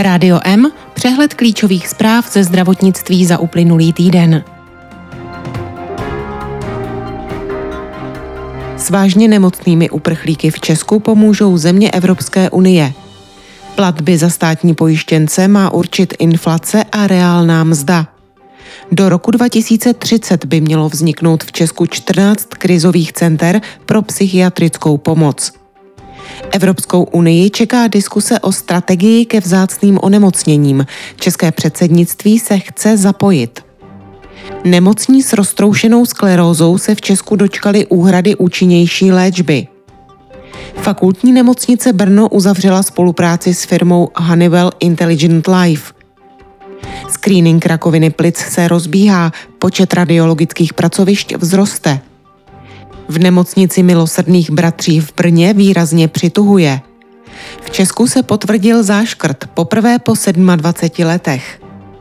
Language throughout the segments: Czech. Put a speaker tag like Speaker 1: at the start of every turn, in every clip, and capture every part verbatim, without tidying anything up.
Speaker 1: Rádio M, přehled klíčových zpráv ze zdravotnictví za uplynulý týden. S vážně nemocnými uprchlíky v Česku pomůžou země Evropské unie. Platby za státní pojištěnce má určit inflace a reálná mzda. Do roku dva tisíce třicet by mělo vzniknout v Česku čtrnáct krizových center pro psychiatrickou pomoc. Evropskou unii čeká diskuse o strategii ke vzácným onemocněním. České předsednictví se chce zapojit. Nemocní s roztroušenou sklerózou se v Česku dočkali úhrady účinnější léčby. Fakultní nemocnice Brno uzavřela spolupráci s firmou Honeywell Intelligent Life. Screening rakoviny plic se rozbíhá, počet radiologických pracovišť vzroste. V nemocnici Milosrdných bratří v Brně výrazně přituhuje. V Česku se potvrdil záškrt poprvé po dvaceti sedmi letech.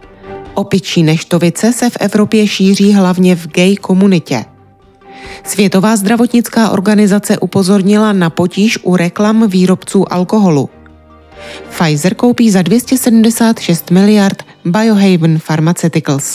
Speaker 1: Opičí neštovice se v Evropě šíří hlavně v gay komunitě. Světová zdravotnická organizace upozornila na potíž u reklam výrobců alkoholu. Pfizer koupí za dvě stě sedmdesát šest miliard Biohaven Pharmaceuticals.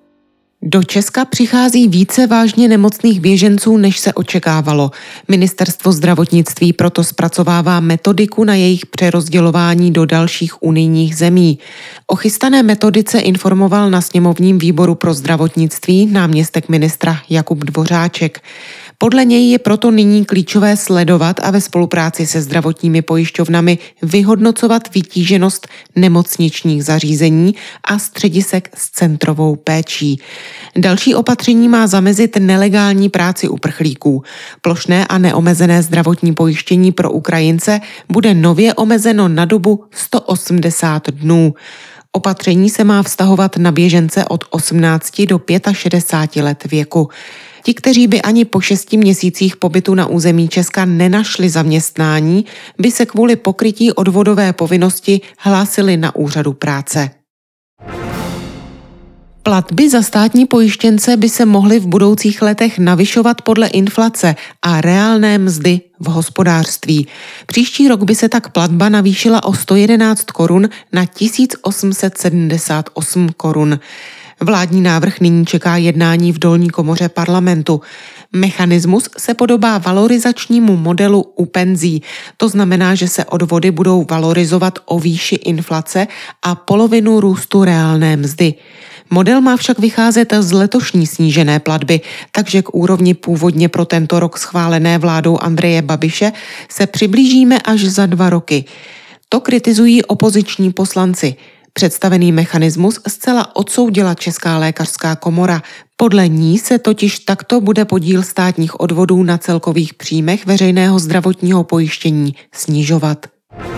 Speaker 1: Do Česka přichází více vážně nemocných běženců, než se očekávalo. Ministerstvo zdravotnictví proto zpracovává metodiku na jejich přerozdělování do dalších unijních zemí. O chystané metodice informoval na sněmovním výboru pro zdravotnictví náměstek ministra Jakub Dvořáček. Podle něj je proto nyní klíčové sledovat a ve spolupráci se zdravotními pojišťovnami vyhodnocovat vytíženost nemocničních zařízení a středisek s centrovou péčí. Další opatření má zamezit nelegální práci uprchlíků. Plošné a neomezené zdravotní pojištění pro Ukrajince bude nově omezeno na dobu sto osmdesát dnů. Opatření se má vztahovat na běžence od osmnácti do šedesáti pěti let věku. Ti, kteří by ani po šesti měsících pobytu na území Česka nenašli zaměstnání, by se kvůli pokrytí odvodové povinnosti hlásili na úřadu práce. Platby za státní pojištěnce by se mohly v budoucích letech navyšovat podle inflace a reálné mzdy v hospodářství. Příští rok by se tak platba navýšila o sto jedenáct korun na tisíc osm set sedmdesát osm korun. Vládní návrh nyní čeká jednání v dolní komoře parlamentu. Mechanismus se podobá valorizačnímu modelu u penzí. To znamená, že se odvody budou valorizovat o výši inflace a polovinu růstu reálné mzdy. Model má však vycházet z letošní snížené platby, takže k úrovni původně pro tento rok schválené vládou Andreje Babiše se přiblížíme až za dva roky. To kritizují opoziční poslanci. Představený mechanismus zcela odsoudila Česká lékařská komora. Podle ní se totiž takto bude podíl státních odvodů na celkových příjmech veřejného zdravotního pojištění snižovat.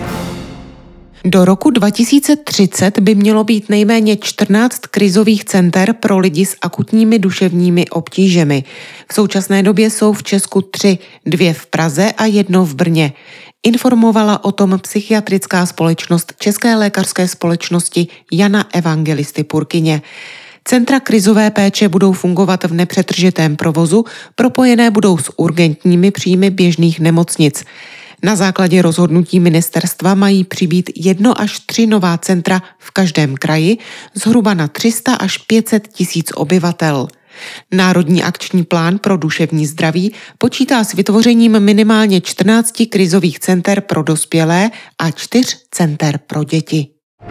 Speaker 1: Do roku dva tisíce třicet by mělo být nejméně čtrnáct krizových center pro lidi s akutními duševními obtížemi. V současné době jsou v Česku tři, dvě v Praze a jedno v Brně. Informovala o tom psychiatrická společnost České lékařské společnosti Jana Evangelisty Purkyně. Centra krizové péče budou fungovat v nepřetržitém provozu, propojené budou s urgentními příjmy běžných nemocnic. Na základě rozhodnutí ministerstva mají přibýt jedno až tři nová centra v každém kraji, zhruba na tři sta až pět set tisíc obyvatel. Národní akční plán pro duševní zdraví počítá s vytvořením minimálně čtrnácti krizových center pro dospělé a čtyř center pro děti.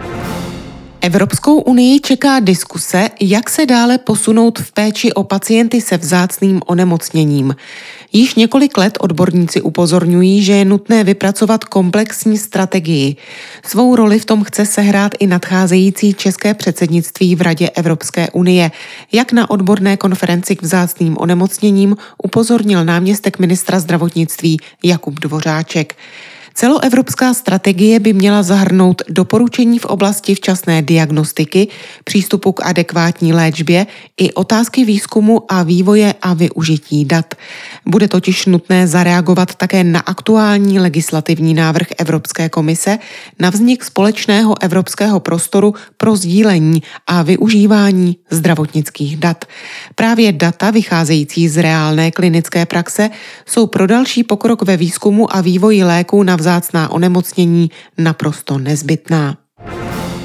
Speaker 1: Evropskou unii čeká diskuse, jak se dále posunout v péči o pacienty se vzácným onemocněním. Již několik let odborníci upozorňují, že je nutné vypracovat komplexní strategii. Svou roli v tom chce sehrát i nadcházející české předsednictví v Radě Evropské unie. Jak na odborné konferenci k vzácným onemocněním upozornil náměstek ministra zdravotnictví Jakub Dvořáček. Celoevropská strategie by měla zahrnout doporučení v oblasti včasné diagnostiky, přístupu k adekvátní léčbě i otázky výzkumu a vývoje a využití dat. Bude totiž nutné zareagovat také na aktuální legislativní návrh Evropské komise na vznik společného evropského prostoru pro sdílení a využívání zdravotnických dat. Právě data vycházející z reálné klinické praxe jsou pro další pokrok ve výzkumu a vývoji léků na vzácná onemocnění naprosto nezbytná.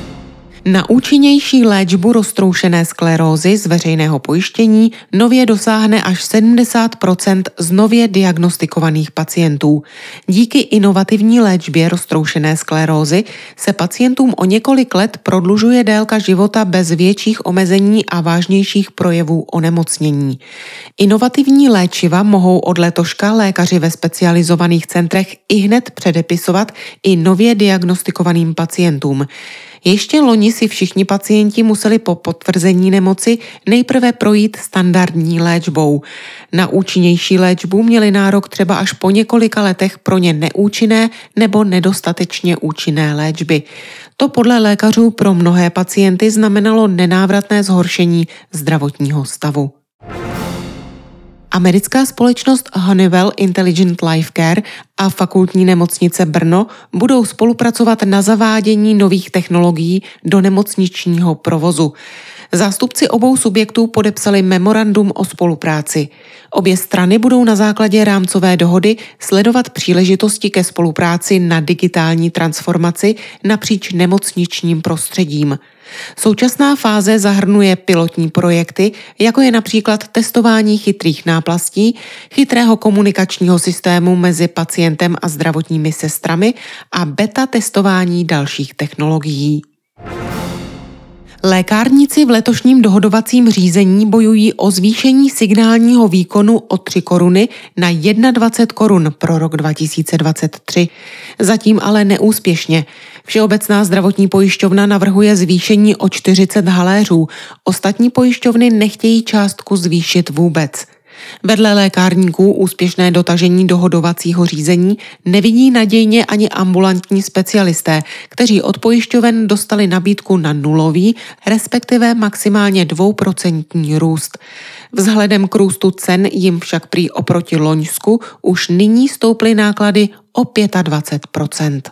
Speaker 1: Na účinnější léčbu roztroušené sklerózy z veřejného pojištění nově dosáhne až sedmdesát procent z nově diagnostikovaných pacientů. Díky inovativní léčbě roztroušené sklerózy se pacientům o několik let prodlužuje délka života bez větších omezení a vážnějších projevů onemocnění. Inovativní léčiva mohou od letoška lékaři ve specializovaných centrech ihned předepisovat i nově diagnostikovaným pacientům. Ještě loni si všichni pacienti museli po potvrzení nemoci nejprve projít standardní léčbou. Na účinnější léčbu měli nárok třeba až po několika letech pro ně neúčinné nebo nedostatečně účinné léčby. To podle lékařů pro mnohé pacienty znamenalo nenávratné zhoršení zdravotního stavu. Americká společnost Honeywell Intelligent Life Care a Fakultní nemocnice Brno budou spolupracovat na zavádění nových technologií do nemocničního provozu. Zástupci obou subjektů podepsali memorandum o spolupráci. Obě strany budou na základě rámcové dohody sledovat příležitosti ke spolupráci na digitální transformaci napříč nemocničním prostředím. Současná fáze zahrnuje pilotní projekty, jako je například testování chytrých náplastí, chytrého komunikačního systému mezi pacientem a zdravotními sestrami a beta testování dalších technologií. Lékárníci v letošním dohodovacím řízení bojují o zvýšení signálního výkonu o tři koruny na dvacet jedna korun pro rok dva tisíce dvacet tři. Zatím ale neúspěšně. Všeobecná zdravotní pojišťovna navrhuje zvýšení o čtyřicet haléřů. Ostatní pojišťovny nechtějí částku zvýšit vůbec. Vedle lékárníků úspěšné dotažení dohodovacího řízení nevidí nadějně ani ambulantní specialisté, kteří od pojišťoven dostali nabídku na nulový, respektive maximálně dvouprocentní růst. Vzhledem k růstu cen jim však prý oproti loňsku už nyní stouply náklady o dvacet pět procent.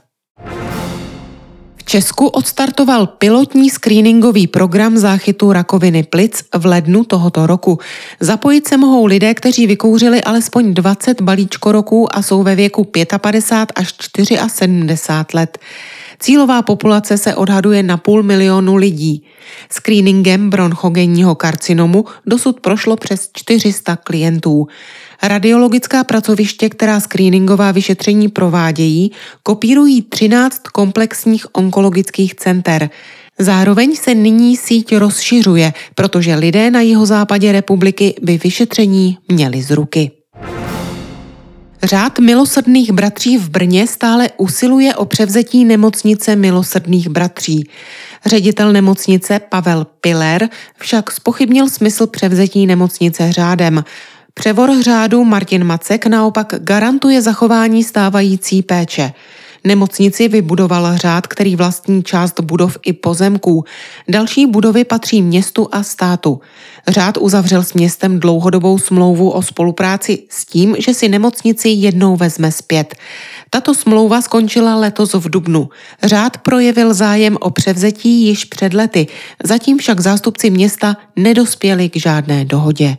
Speaker 1: V Česku odstartoval pilotní screeningový program záchytu rakoviny plic v lednu tohoto roku. Zapojit se mohou lidé, kteří vykouřili alespoň dvacet balíčkoroků a jsou ve věku padesát pět až sedmdesát čtyři let. Cílová populace se odhaduje na půl milionu lidí. Screeningem bronchogenního karcinomu dosud prošlo přes čtyři sta klientů. Radiologická pracoviště, která screeningová vyšetření provádějí, kopírují třináct komplexních onkologických center. Zároveň se nyní síť rozšiřuje, protože lidé na jihozápadě republiky by vyšetření měli z ruky. Řád milosrdných bratří v Brně stále usiluje o převzetí nemocnice milosrdných bratří. Ředitel nemocnice Pavel Piller však zpochybnil smysl převzetí nemocnice řádem. Převor řádu Martin Macek naopak garantuje zachování stávající péče. Nemocnici vybudoval řád, který vlastní část budov i pozemků. Další budovy patří městu a státu. Řád uzavřel s městem dlouhodobou smlouvu o spolupráci s tím, že si nemocnici jednou vezme zpět. Tato smlouva skončila letos v dubnu. Řád projevil zájem o převzetí již před lety, zatím však zástupci města nedospěli k žádné dohodě.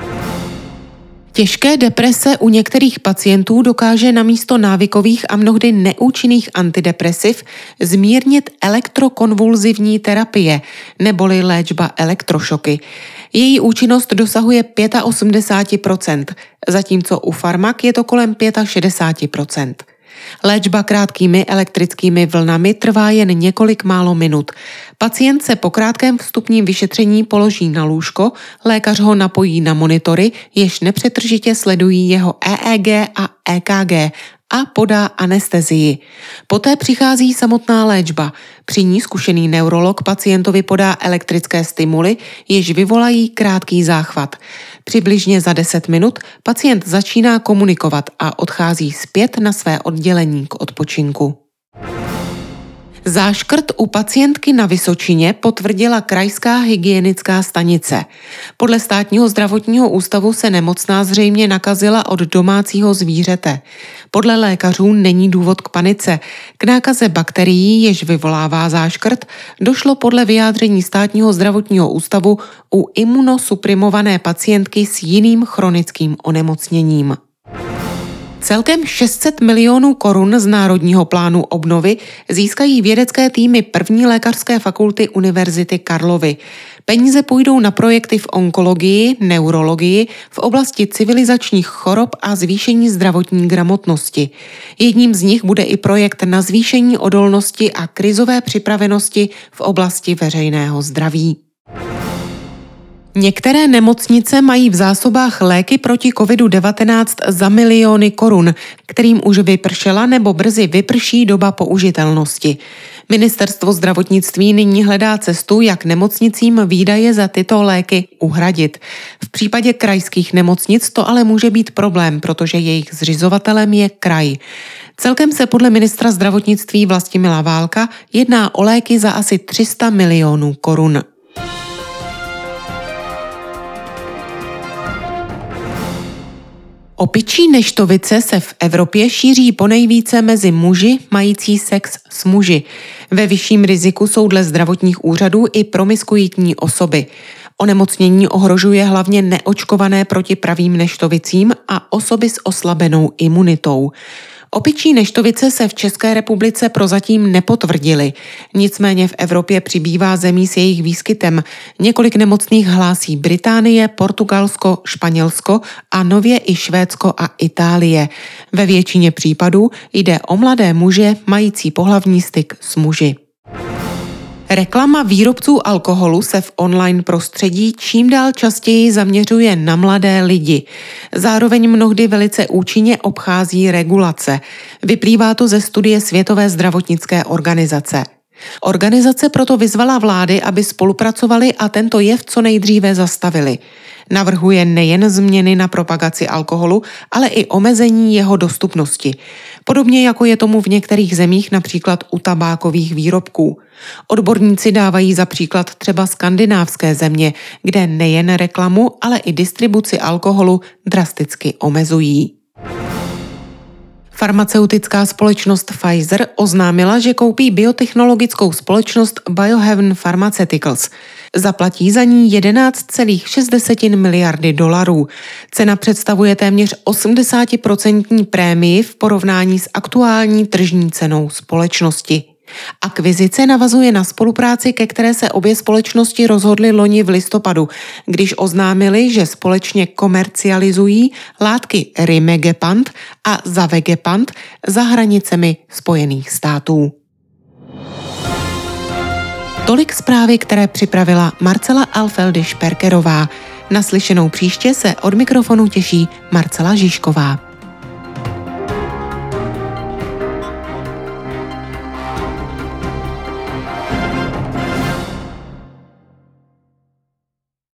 Speaker 1: Těžké deprese u některých pacientů dokáže namísto návykových a mnohdy neúčinných antidepresiv zmírnit elektrokonvulzivní terapie neboli léčba elektrošoky. Její účinnost dosahuje osmdesát pět procent, zatímco u farmak je to kolem šedesát pět procent. Léčba krátkými elektrickými vlnami trvá jen několik málo minut. Pacient se po krátkém vstupním vyšetření položí na lůžko, lékař ho napojí na monitory, jež nepřetržitě sledují jeho E E G a E K G a podá anestezii. Poté přichází samotná léčba. Při ní zkušený neurolog pacientovi podá elektrické stimuly, jež vyvolají krátký záchvat. Přibližně za deset minut pacient začíná komunikovat a odchází zpět na své oddělení k odpočinku. Záškrt u pacientky na Vysočině potvrdila krajská hygienická stanice. Podle státního zdravotního ústavu se nemocná zřejmě nakazila od domácího zvířete. Podle lékařů není důvod k panice. K nákaze bakterií, jež vyvolává záškrt, došlo podle vyjádření státního zdravotního ústavu u imunosuprimované pacientky s jiným chronickým onemocněním. Celkem šest set milionů korun z Národního plánu obnovy získají vědecké týmy první lékařské fakulty Univerzity Karlovy. Peníze půjdou na projekty v onkologii, neurologii, v oblasti civilizačních chorob a zvýšení zdravotní gramotnosti. Jedním z nich bude i projekt na zvýšení odolnosti a krizové připravenosti v oblasti veřejného zdraví. Některé nemocnice mají v zásobách léky proti kovidu devatenáct za miliony korun, kterým už vypršela nebo brzy vyprší doba použitelnosti. Ministerstvo zdravotnictví nyní hledá cestu, jak nemocnicím výdaje za tyto léky uhradit. V případě krajských nemocnic to ale může být problém, protože jejich zřizovatelem je kraj. Celkem se podle ministra zdravotnictví Vlastimila Válka jedná o léky za asi tři sta milionů korun. Opičí neštovice se v Evropě šíří ponejvíce mezi muži mající sex s muži. Ve vyšším riziku jsou dle zdravotních úřadů i promiskuitní osoby. Onemocnění ohrožuje hlavně neočkované proti pravým neštovicím a osoby s oslabenou imunitou. Opičí neštovice se v České republice prozatím nepotvrdily. Nicméně v Evropě přibývá zemí s jejich výskytem. Několik nemocných hlásí Británie, Portugalsko, Španělsko a nově i Švédsko a Itálie. Ve většině případů jde o mladé muže mající pohlavní styk s muži. Reklama výrobců alkoholu se v online prostředí čím dál častěji zaměřuje na mladé lidi. Zároveň mnohdy velice účinně obchází regulace. Vyplývá to ze studie Světové zdravotnické organizace. Organizace proto vyzvala vlády, aby spolupracovaly a tento jev co nejdříve zastavili. Navrhuje nejen změny na propagaci alkoholu, ale i omezení jeho dostupnosti. Podobně jako je tomu v některých zemích, například u tabákových výrobků. Odborníci dávají za příklad třeba skandinávské země, kde nejen reklamu, ale i distribuci alkoholu drasticky omezují. Farmaceutická společnost Pfizer oznámila, že koupí biotechnologickou společnost Biohaven Pharmaceuticals. Zaplatí za ní jedenáct celá šest miliardy dolarů. Cena představuje téměř osmdesát procent prémii v porovnání s aktuální tržní cenou společnosti. Akvizice navazuje na spolupráci, ke které se obě společnosti rozhodly loni v listopadu, když oznámili, že společně komercializují látky Rimegepant a Zavegepant za hranicemi Spojených států. Tolik zprávy, které připravila Marcela Alfeldy Šperkerová. Naslyšenou příště se od mikrofonu těší Marcela Žižková.